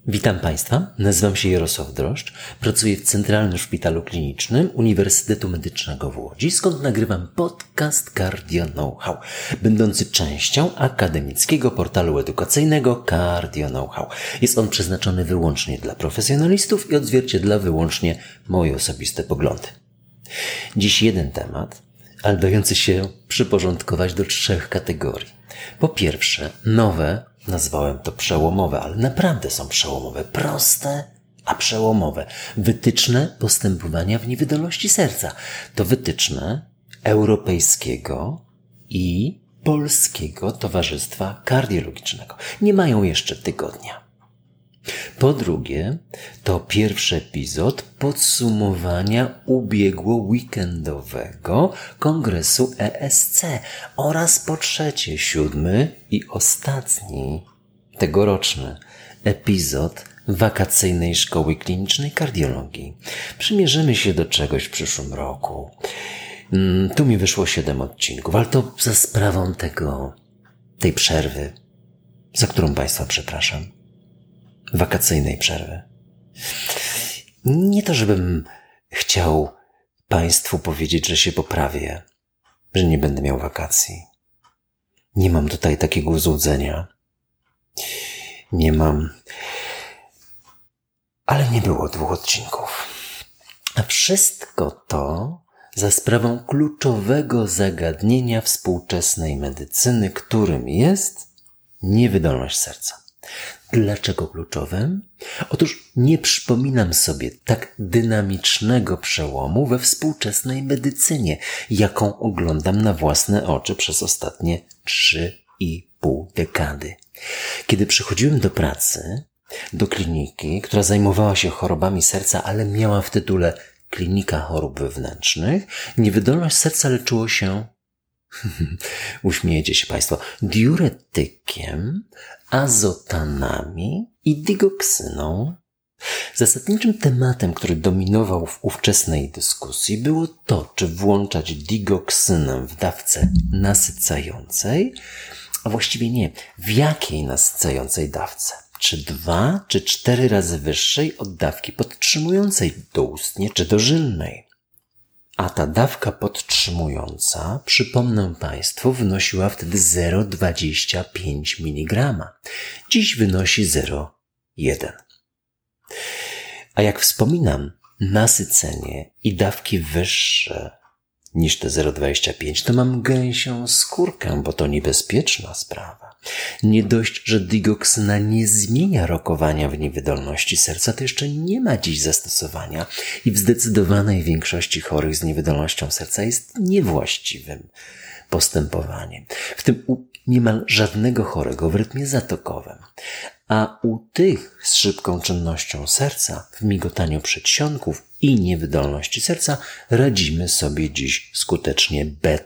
Witam Państwa, nazywam się Jarosław Droszcz, pracuję w Centralnym Szpitalu Klinicznym Uniwersytetu Medycznego w Łodzi, skąd nagrywam podcast Cardio Know-how, będący częścią akademickiego portalu edukacyjnego Cardio Know-how. Jest on przeznaczony wyłącznie dla profesjonalistów i odzwierciedla wyłącznie moje osobiste poglądy. Dziś jeden temat, ale dający się przyporządkować do 3 kategorii. Po pierwsze, nowe, nazwałem to przełomowe, ale naprawdę są przełomowe, proste, a przełomowe. Wytyczne postępowania w niewydolności serca. To wytyczne Europejskiego i Polskiego Towarzystwa Kardiologicznego. Nie mają jeszcze tygodnia. Po drugie, to pierwszy epizod podsumowania ubiegłoweekendowego kongresu ESC oraz po trzecie 7. i ostatni tegoroczny epizod wakacyjnej szkoły klinicznej kardiologii. Przymierzymy się do czegoś w przyszłym roku. Tu mi wyszło 7 odcinków, ale to za sprawą tej przerwy, za którą Państwa przepraszam. Wakacyjnej przerwy. Nie to, żebym chciał Państwu powiedzieć, że się poprawię, że nie będę miał wakacji. Nie mam tutaj takiego złudzenia. Nie mam. Ale nie było 2 odcinków. A wszystko to za sprawą kluczowego zagadnienia współczesnej medycyny, którym jest niewydolność serca. Dlaczego kluczowym? Otóż nie przypominam sobie tak dynamicznego przełomu we współczesnej medycynie, jaką oglądam na własne oczy przez ostatnie 3,5 dekady. Kiedy przychodziłem do pracy, do kliniki, która zajmowała się chorobami serca, ale miała w tytule Klinika Chorób Wewnętrznych, niewydolność serca leczyło się uśmiejecie się Państwo, diuretykiem, azotanami i digoksyną. Zasadniczym tematem, który dominował w ówczesnej dyskusji, było to, czy włączać digoksynę w dawce nasycającej, a właściwie nie, w jakiej nasycającej dawce. Czy 2, czy 4 razy wyższej od dawki podtrzymującej doustnie czy dożylnej. A ta dawka podtrzymująca, przypomnę Państwu, wynosiła wtedy 0,25 mg. Dziś wynosi 0,1. A jak wspominam, nasycenie i dawki wyższe niż te 0,25 to mam gęsią skórkę, bo to niebezpieczna sprawa. Nie dość, że digoksyna nie zmienia rokowania w niewydolności serca, to jeszcze nie ma dziś zastosowania i w zdecydowanej większości chorych z niewydolnością serca jest niewłaściwym postępowaniem. W tym u niemal żadnego chorego w rytmie zatokowym. A u tych z szybką czynnością serca, w migotaniu przedsionków i niewydolności serca radzimy sobie dziś skutecznie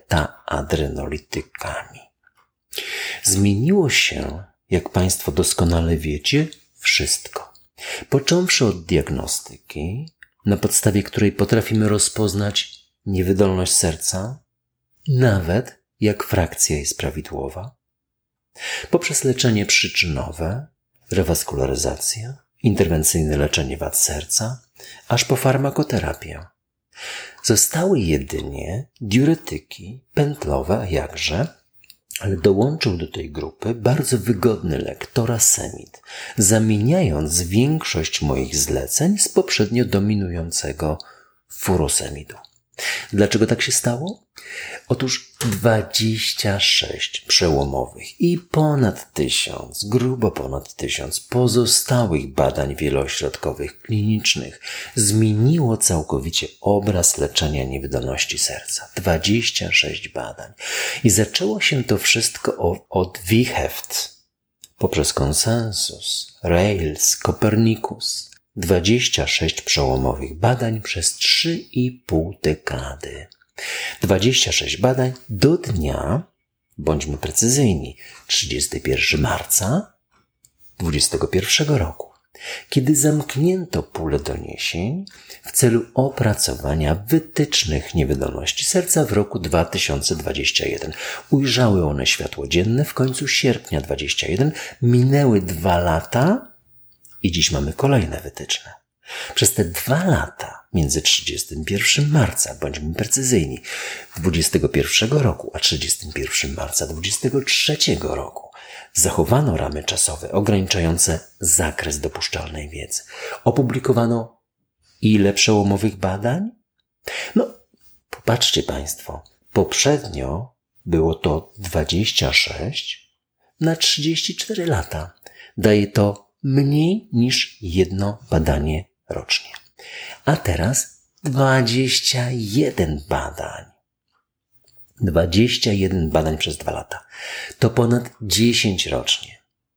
beta-adrenolitykami. Zmieniło się, jak Państwo doskonale wiecie, wszystko. Począwszy od diagnostyki, na podstawie której potrafimy rozpoznać niewydolność serca, nawet jak frakcja jest prawidłowa, poprzez leczenie przyczynowe, rewaskularyzację, interwencyjne leczenie wad serca, aż po farmakoterapię. Zostały jedynie diuretyki pętlowe, a jakże, ale dołączył do tej grupy bardzo wygodny lek Torasemid, zamieniając większość moich zleceń z poprzednio dominującego furosemidu. Dlaczego tak się stało? Otóż 26 przełomowych i ponad 1000, grubo ponad 1000 pozostałych badań wielośrodkowych klinicznych zmieniło całkowicie obraz leczenia niewydolności serca. 26 badań. I zaczęło się to wszystko od Wiecheft, poprzez konsensus, Rails, Copernicus. 26 przełomowych badań przez 3,5 dekady. 26 badań do dnia, bądźmy precyzyjni, 31 marca 2021 roku, kiedy zamknięto pulę doniesień w celu opracowania wytycznych niewydolności serca w roku 2021. Ujrzały one światło dzienne w końcu sierpnia 2021. Minęły 2 lata I dziś mamy kolejne wytyczne. Przez te 2 lata, między 31 marca, bądźmy precyzyjni, 21 roku, a 31 marca 23 roku, zachowano ramy czasowe ograniczające zakres dopuszczalnej wiedzy. Opublikowano ile przełomowych badań? Popatrzcie Państwo, poprzednio było to 26 na 34 lata. Daje to mniej niż 1 badanie rocznie. A teraz 21 badań. 21 badań przez 2 lata. To ponad 10 rocznie.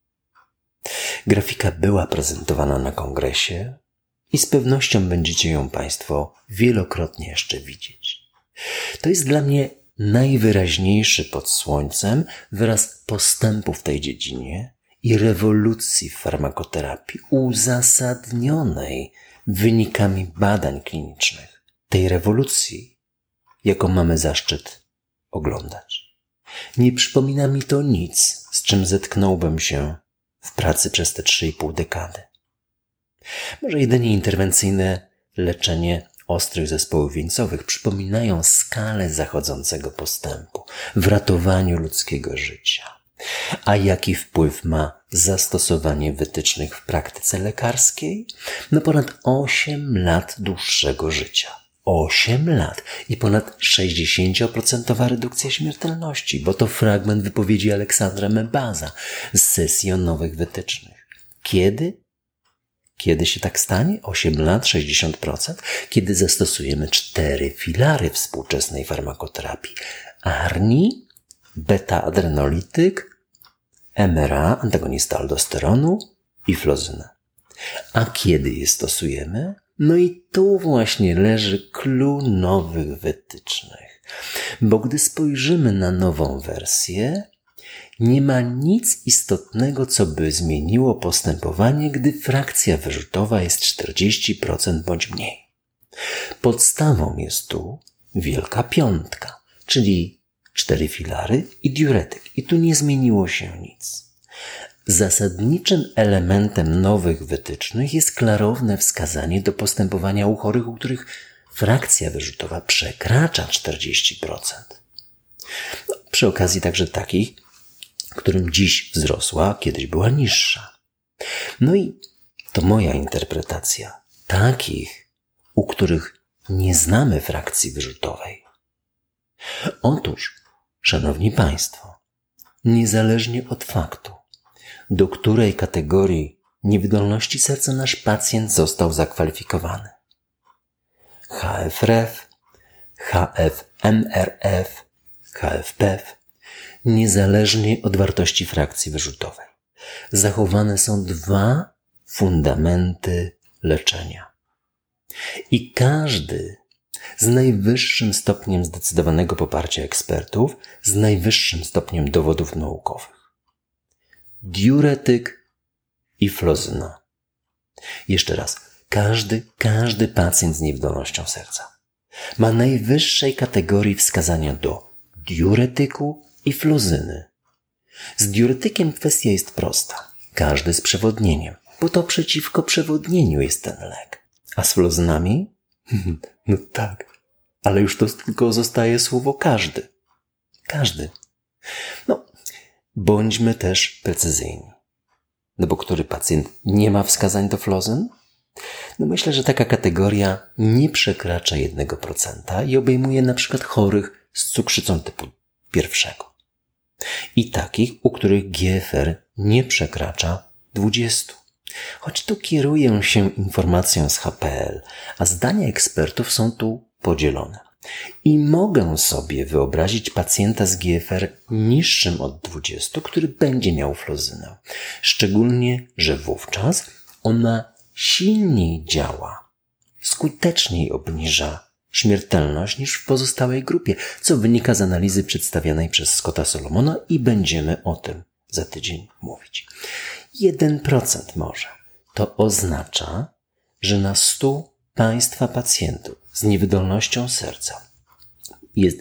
Grafika była prezentowana na kongresie i z pewnością będziecie ją Państwo wielokrotnie jeszcze widzieć. To jest dla mnie najwyraźniejszy pod słońcem wyraz postępu w tej dziedzinie i rewolucji w farmakoterapii uzasadnionej wynikami badań klinicznych. Tej rewolucji, jaką mamy zaszczyt oglądać. Nie przypomina mi to nic, z czym zetknąłbym się w pracy przez te 3,5 dekady. Może jedynie interwencyjne leczenie ostrych zespołów wieńcowych przypominają skalę zachodzącego postępu w ratowaniu ludzkiego życia. A jaki wpływ ma zastosowanie wytycznych w praktyce lekarskiej? Ponad 8 lat dłuższego życia. 8 lat i ponad 60% redukcja śmiertelności, bo to fragment wypowiedzi Aleksandra Mebaza z sesji o nowych wytycznych. Kiedy? Kiedy się tak stanie? 8 lat, 60%? Kiedy zastosujemy 4 filary współczesnej farmakoterapii. ARNI, beta-adrenolityk, MRA, antagonista aldosteronu i flozynę. A kiedy je stosujemy? I tu właśnie leży clue nowych wytycznych. Bo gdy spojrzymy na nową wersję, nie ma nic istotnego, co by zmieniło postępowanie, gdy frakcja wyrzutowa jest 40% bądź mniej. Podstawą jest tu wielka piątka, czyli 4 filary i diuretyk. I tu nie zmieniło się nic. Zasadniczym elementem nowych wytycznych jest klarowne wskazanie do postępowania u chorych, u których frakcja wyrzutowa przekracza 40%. Przy okazji także takich, którym dziś wzrosła, kiedyś była niższa. I to moja interpretacja. Takich, u których nie znamy frakcji wyrzutowej. Otóż, szanowni Państwo, niezależnie od faktu, do której kategorii niewydolności serca nasz pacjent został zakwalifikowany. HFrEF, HFmrF, HFpEF, niezależnie od wartości frakcji wyrzutowej. Zachowane są 2 fundamenty leczenia. I każdy z najwyższym stopniem zdecydowanego poparcia ekspertów, z najwyższym stopniem dowodów naukowych. Diuretyk i flozyna. Jeszcze raz, każdy pacjent z niewydolnością serca ma najwyższej kategorii wskazania do diuretyku i flozyny. Z diuretykiem kwestia jest prosta. Każdy z przewodnieniem, bo to przeciwko przewodnieniu jest ten lek. A z flozynami? Tak, ale już to tylko zostaje słowo każdy. Każdy. Bądźmy też precyzyjni. Bo który pacjent nie ma wskazań do flozyn? Myślę, że taka kategoria nie przekracza 1% i obejmuje na przykład chorych z cukrzycą typu 1. I takich, u których GFR nie przekracza 20. Choć tu kieruję się informacją z HPL, a zdania ekspertów są tu podzielone. I mogę sobie wyobrazić pacjenta z GFR niższym od 20, który będzie miał flozynę. Szczególnie, że wówczas ona silniej działa, skuteczniej obniża śmiertelność niż w pozostałej grupie, co wynika z analizy przedstawionej przez Scotta Solomona i będziemy o tym za tydzień mówić. 1% może. To oznacza, że na 100 Państwa pacjentów z niewydolnością serca jest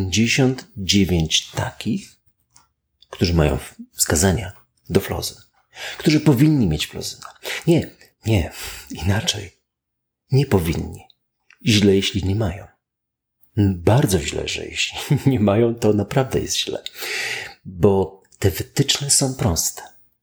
99 takich, którzy mają wskazania do flozyn. którzy powinni mić flozynę. Nie, inaczej. Nie powinni. Źle, jeśli nie mają. Bardzo źle, że jeśli nie mają, to naprawdę jest źle. Bo te wytyczne są proste.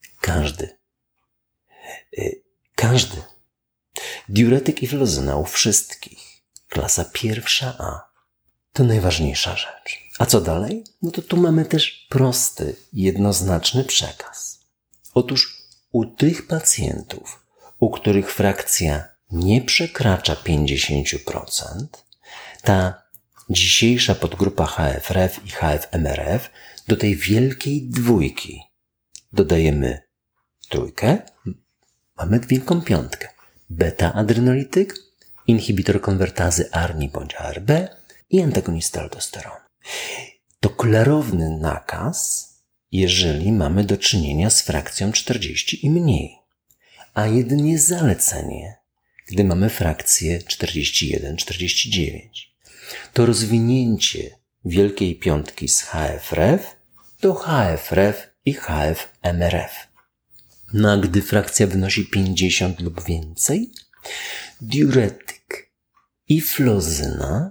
Każdy. Diuretyk i flozyna u wszystkich. Klasa 1A. To najważniejsza rzecz. A co dalej? No to tu mamy też prosty, jednoznaczny przekaz. Otóż u tych pacjentów, u których frakcja nie przekracza 50%, ta dzisiejsza podgrupa HFrEF i HFMRF, do tej wielkiej dwójki dodajemy trójkę, mamy wielką piątkę. Beta-adrenolityk, inhibitor konwertazy ARNI bądź ARB i antagonista aldosteronu. To klarowny nakaz, jeżeli mamy do czynienia z frakcją 40 i mniej, a jedynie zalecenie, gdy mamy frakcję 41-49. To rozwinięcie wielkiej piątki z HFrEF do HFrEF i HFMRF. No a gdy frakcja wynosi 50 lub więcej, diuretyk i flozyna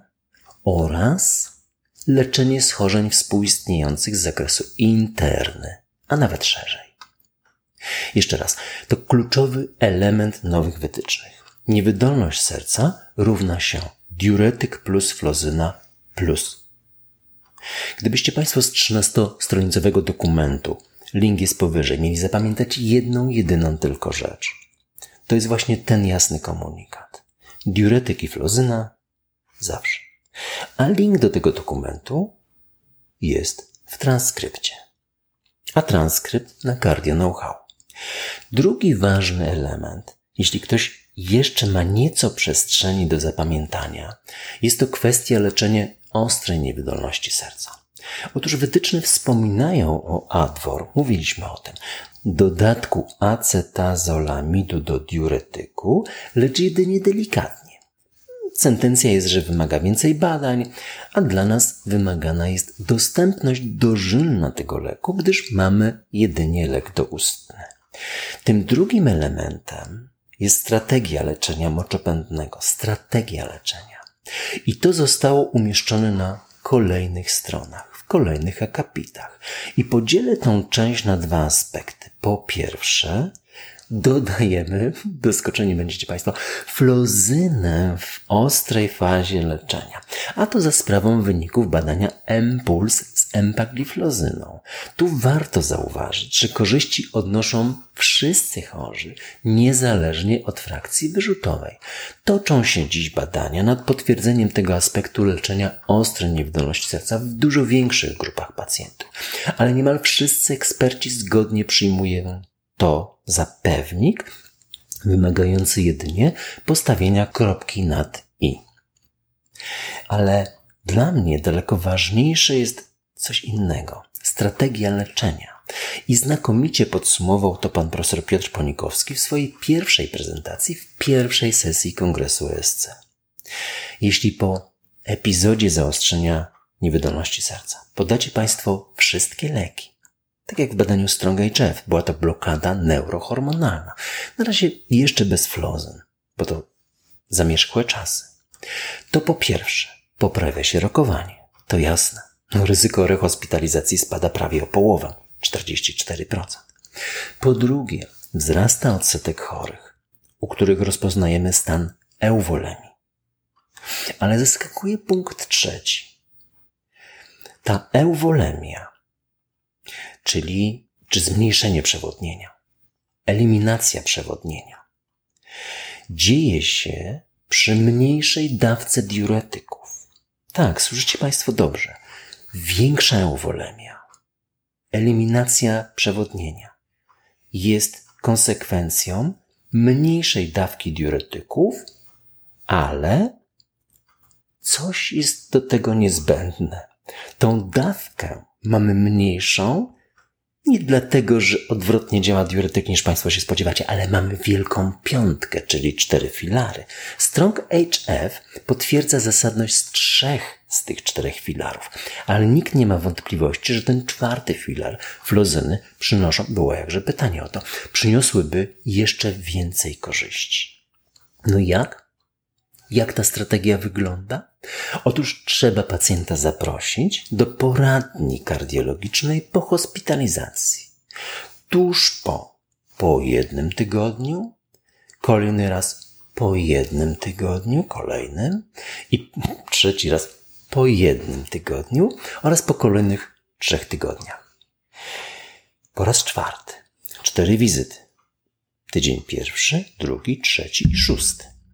oraz leczenie schorzeń współistniejących z zakresu interny, a nawet szerzej. Jeszcze raz, to kluczowy element nowych wytycznych. Niewydolność serca równa się diuretyk plus flozyna plus. Gdybyście Państwo z 13-stronicowego dokumentu, link jest powyżej, mieli zapamiętać jedną, jedyną tylko rzecz, to jest właśnie ten jasny komunikat. Diuretyk i flozyna zawsze. A link do tego dokumentu jest w transkrypcie. A transkrypt na Cardio Know-how. Drugi ważny element, jeśli ktoś jeszcze ma nieco przestrzeni do zapamiętania, jest to kwestia leczenia ostrej niewydolności serca. Otóż wytyczne wspominają o Advor, mówiliśmy o tym, dodatku acetazolamidu do diuretyku, lecz jedynie delikatnie. Sentencja jest, że wymaga więcej badań, a dla nas wymagana jest dostępność dożylna tego leku, gdyż mamy jedynie lek doustny. Tym drugim elementem jest strategia leczenia moczopędnego. Strategia leczenia. I to zostało umieszczone na kolejnych stronach, w kolejnych akapitach. I podzielę tą część na dwa aspekty. Po pierwsze, dodajemy, doskoczeni będziecie Państwo, flozynę w ostrej fazie leczenia. A to za sprawą wyników badania M-Puls z empagliflozyną. Tu warto zauważyć, że korzyści odnoszą wszyscy chorzy, niezależnie od frakcji wyrzutowej. Toczą się dziś badania nad potwierdzeniem tego aspektu leczenia ostrej niewydolności serca w dużo większych grupach pacjentów. Ale niemal wszyscy eksperci zgodnie przyjmują to za pewnik wymagający jedynie postawienia kropki nad i. Ale dla mnie daleko ważniejsze jest coś innego. Strategia leczenia. I znakomicie podsumował to pan profesor Piotr Ponikowski w swojej pierwszej prezentacji w pierwszej sesji Kongresu ESC. Jeśli po epizodzie zaostrzenia niewydolności serca podacie Państwo wszystkie leki, tak jak w badaniu Stronga i Jeff, była to blokada neurohormonalna. Na razie jeszcze bez flozyn, bo to zamierzchłe czasy. To po pierwsze poprawia się rokowanie. To jasne. Ryzyko rehospitalizacji spada prawie o połowę, 44%. Po drugie, wzrasta odsetek chorych, u których rozpoznajemy stan euwolemii. Ale zaskakuje punkt trzeci. Ta euwolemia, czy zmniejszenie przewodnienia, eliminacja przewodnienia, dzieje się przy mniejszej dawce diuretyków. Tak, słyszycie Państwo dobrze. Większa euwolemia, eliminacja przewodnienia jest konsekwencją mniejszej dawki diuretyków, ale coś jest do tego niezbędne. Tą dawkę mamy mniejszą Nie dlatego, że odwrotnie działa diuretyk niż Państwo się spodziewacie, ale mamy wielką piątkę, czyli 4 filary. Strong HF potwierdza zasadność z 3 z tych 4 filarów, ale nikt nie ma wątpliwości, że ten 4 filar, flozyny, było jakże pytanie o to, przyniosłyby jeszcze więcej korzyści. No jak? Jak ta strategia wygląda? Otóż trzeba pacjenta zaprosić do poradni kardiologicznej po hospitalizacji. Tuż po 1 tygodniu, kolejny raz po 1 tygodniu, kolejnym i 3 raz po 1 tygodniu oraz po kolejnych 3 tygodniach. Po raz 4. 4 wizyty. Tydzień 1, 2, 3 i 6.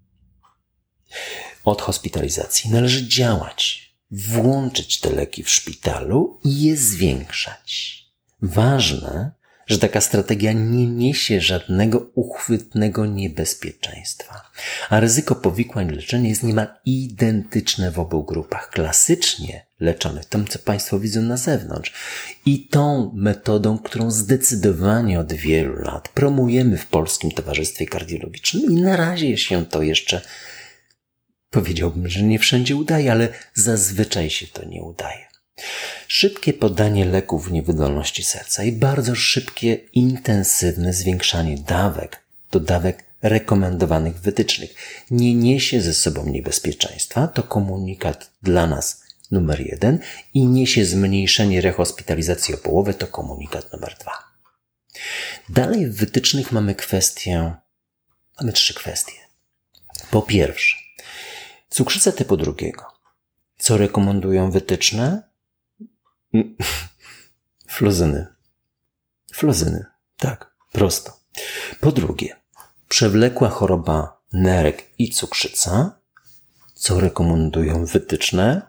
Od hospitalizacji należy działać, włączyć te leki w szpitalu i je zwiększać. Ważne, że taka strategia nie niesie żadnego uchwytnego niebezpieczeństwa, a ryzyko powikłań leczenia jest niemal identyczne w obu grupach klasycznie leczonych, tym co Państwo widzą na zewnątrz, i tą metodą, którą zdecydowanie od wielu lat promujemy w Polskim Towarzystwie Kardiologicznym i na razie się to jeszcze, powiedziałbym, że nie wszędzie udaje, ale zazwyczaj się to nie udaje. Szybkie podanie leków w niewydolności serca i bardzo szybkie, intensywne zwiększanie dawek do dawek rekomendowanych w wytycznych nie niesie ze sobą niebezpieczeństwa. To komunikat dla nas numer 1 i niesie zmniejszenie rehospitalizacji o połowę. To komunikat numer 2. Dalej w wytycznych mamy 3 kwestie. Po pierwsze, cukrzyca typu 2. Co rekomendują wytyczne? Flozyny. Tak, prosto. Po drugie, przewlekła choroba nerek i cukrzyca. Co rekomendują wytyczne?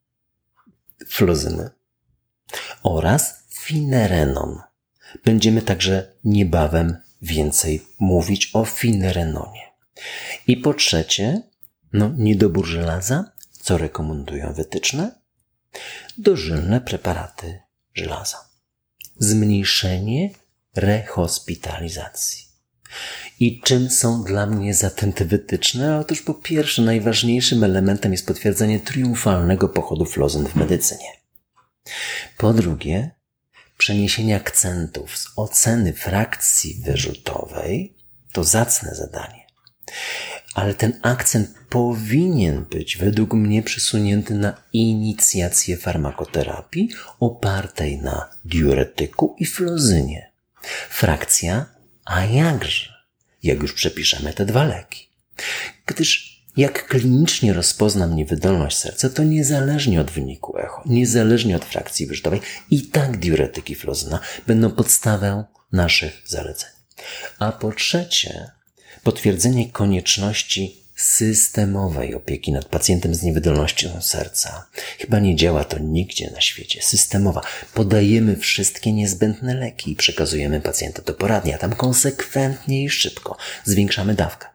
Flozyny. Oraz finerenon. Będziemy także niebawem więcej mówić o finerenonie. I po trzecie, niedobór żelaza. Co rekomendują wytyczne? Dożylne preparaty żelaza. Zmniejszenie rehospitalizacji. I czym są dla mnie zatem te wytyczne? Otóż po pierwsze, najważniejszym elementem jest potwierdzenie triumfalnego pochodu flozyn w medycynie. Po drugie, przeniesienie akcentów z oceny frakcji wyrzutowej to zacne zadanie. Ale ten akcent powinien być według mnie przesunięty na inicjację farmakoterapii opartej na diuretyku i flozynie. Frakcja, a jakże, jak już przepiszemy te 2 leki. Gdyż jak klinicznie rozpoznam niewydolność serca, to niezależnie od wyniku echo, niezależnie od frakcji wyrzutowej, i tak diuretyk i flozyna będą podstawą naszych zaleceń. A po trzecie, potwierdzenie konieczności systemowej opieki nad pacjentem z niewydolnością serca. Chyba nie działa to nigdzie na świecie. Systemowa. Podajemy wszystkie niezbędne leki i przekazujemy pacjenta do poradni, a tam konsekwentnie i szybko zwiększamy dawkę.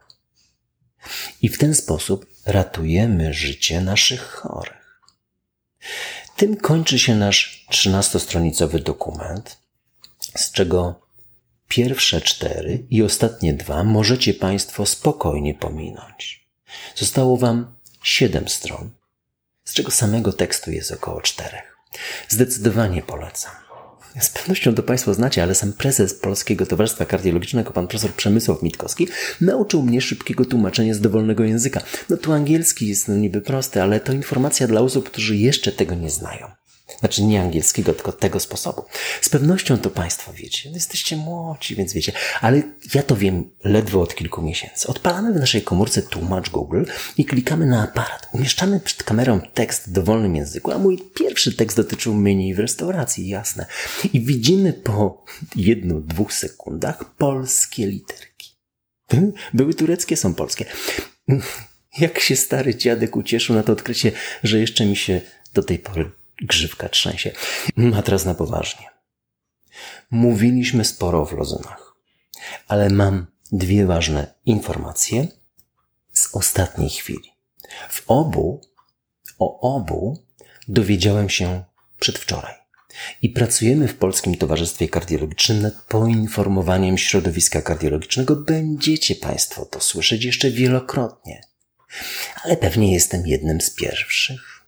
I w ten sposób ratujemy życie naszych chorych. Tym kończy się nasz 13-stronicowy dokument, z czego pierwsze 4 i ostatnie 2 możecie Państwo spokojnie pominąć. Zostało Wam 7 stron, z czego samego tekstu jest około 4. Zdecydowanie polecam. Z pewnością to Państwo znacie, ale sam prezes Polskiego Towarzystwa Kardiologicznego, pan profesor Przemysław Mitkowski, nauczył mnie szybkiego tłumaczenia z dowolnego języka. Tu angielski jest niby prosty, ale to informacja dla osób, którzy jeszcze tego nie znają. Znaczy nie angielskiego, tylko tego sposobu. Z pewnością to Państwo wiecie. Jesteście młodzi, więc wiecie. Ale ja to wiem ledwo od kilku miesięcy. Odpalamy w naszej komórce tłumacz Google i klikamy na aparat. Umieszczamy przed kamerą tekst w dowolnym języku, a mój pierwszy tekst dotyczył menu w restauracji, jasne. I widzimy po 1-2 sekundach polskie literki. Były tureckie, są polskie. Jak się stary dziadek ucieszył na to odkrycie, że jeszcze mi się do tej pory grzywka trzęsie. A teraz na poważnie. Mówiliśmy sporo o flozynach, ale mam 2 ważne informacje z ostatniej chwili. O obu dowiedziałem się przedwczoraj. I pracujemy w Polskim Towarzystwie Kardiologicznym nad poinformowaniem środowiska kardiologicznego. Będziecie Państwo to słyszeć jeszcze wielokrotnie. Ale pewnie jestem jednym z pierwszych.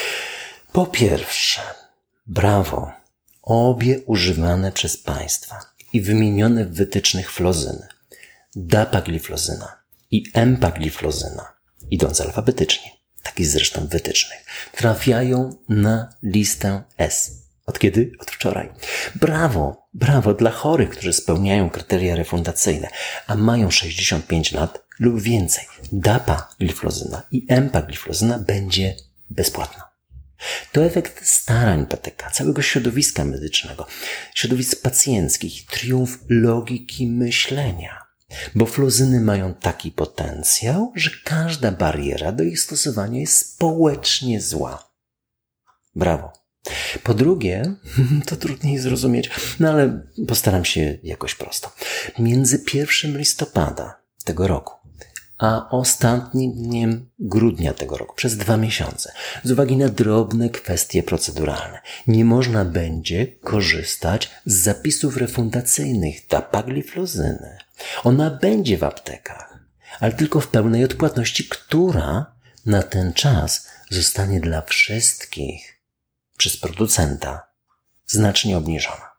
Po pierwsze, brawo, obie używane przez Państwa i wymienione w wytycznych flozyny, dapagliflozyna i empagliflozyna, idąc alfabetycznie, tak jest zresztą w wytycznych, trafiają na listę S. Od kiedy? Od wczoraj. Brawo, brawo dla chorych, którzy spełniają kryteria refundacyjne, a mają 65 lat lub więcej. Dapagliflozyna i empagliflozyna będzie bezpłatna. To efekt starań PTK, całego środowiska medycznego, środowisk pacjenckich, triumf logiki myślenia. Bo flozyny mają taki potencjał, że każda bariera do ich stosowania jest społecznie zła. Brawo. Po drugie, to trudniej zrozumieć, ale postaram się jakoś prosto. Między 1 listopada tego roku a ostatnim dniem grudnia tego roku, przez 2 miesiące, z uwagi na drobne kwestie proceduralne, nie można będzie korzystać z zapisów refundacyjnych dapagliflozyny. Ona będzie w aptekach, ale tylko w pełnej odpłatności, która na ten czas zostanie dla wszystkich przez producenta znacznie obniżona.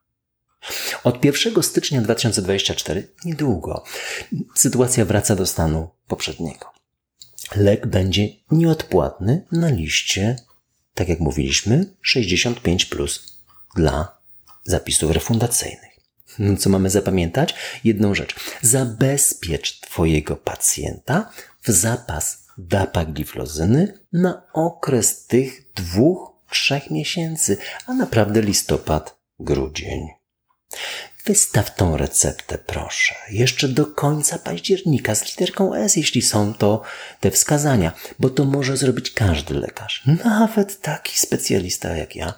Od 1 stycznia 2024, niedługo, sytuacja wraca do stanu poprzedniego. Lek będzie nieodpłatny na liście, tak jak mówiliśmy, 65+ dla zapisów refundacyjnych. No co mamy zapamiętać? Jedną rzecz. Zabezpiecz Twojego pacjenta w zapas dapagliflozyny na okres tych 2-3 miesięcy, a naprawdę listopad, grudzień. Wystaw tą receptę, proszę, jeszcze do końca października z literką S, jeśli są to te wskazania, bo to może zrobić każdy lekarz, nawet taki specjalista jak ja.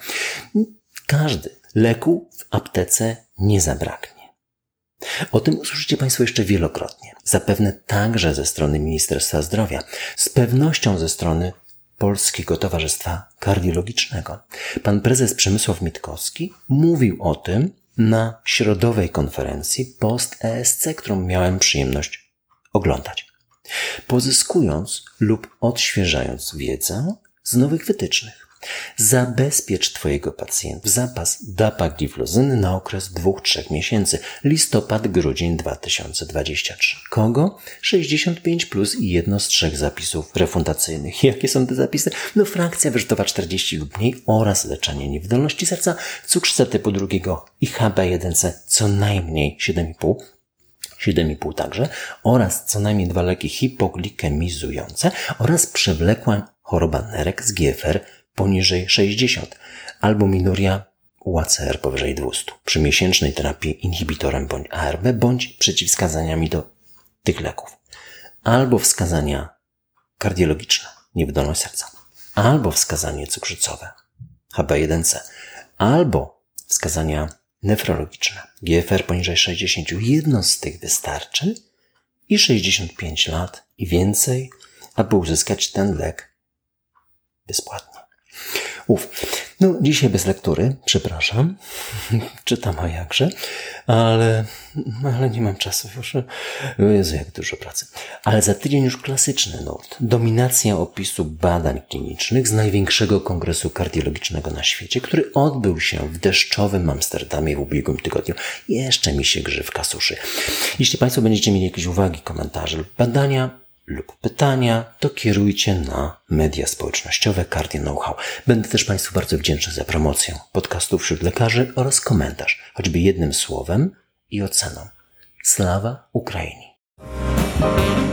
Każdy. Leku w aptece nie zabraknie. O tym usłyszycie Państwo jeszcze wielokrotnie. Zapewne także ze strony Ministerstwa Zdrowia, z pewnością ze strony Polskiego Towarzystwa Kardiologicznego. Pan prezes Przemysław Mitkowski mówił o tym na środowej konferencji post-ESC, którą miałem przyjemność oglądać. Pozyskując lub odświeżając wiedzę z nowych wytycznych. Zabezpiecz Twojego pacjenta w zapas dapagliflozyny na okres 2-3 miesięcy. Listopad, grudzień 2023. Kogo? 65+ i jedno z 3 zapisów refundacyjnych. Jakie są te zapisy? No frakcja wyżytowa 40 lub mniej oraz leczenie niewydolności serca, cukrzycę typu 2 i HB1C co najmniej 7,5 także oraz co najmniej 2 leki hipoglikemizujące oraz przewlekła choroba nerek z GFR poniżej 60 albo minuria UACR powyżej 200 przy miesięcznej terapii inhibitorem bądź ARB bądź przeciwwskazaniami do tych leków. Albo wskazania kardiologiczne, niewydolność serca, albo wskazanie cukrzycowe, HB1C, albo wskazania nefrologiczne, GFR poniżej 60. Jedno z tych wystarczy i 65 lat i więcej, aby uzyskać ten lek bezpłatnie. No dzisiaj bez lektury, przepraszam, czytam a jakże, ale nie mam czasu już. Jezu, jak dużo pracy. Ale za tydzień już klasyczny nurt. Dominacja opisu badań klinicznych z największego kongresu kardiologicznego na świecie, który odbył się w deszczowym Amsterdamie w ubiegłym tygodniu. Jeszcze mi się grzywka suszy. Jeśli Państwo będziecie mieli jakieś uwagi, komentarze lub badania, lub pytania, to kierujcie na media społecznościowe Cardio Know-how. Będę też Państwu bardzo wdzięczny za promocję podcastów wśród lekarzy oraz komentarz, choćby jednym słowem i oceną. Sława Ukrainie!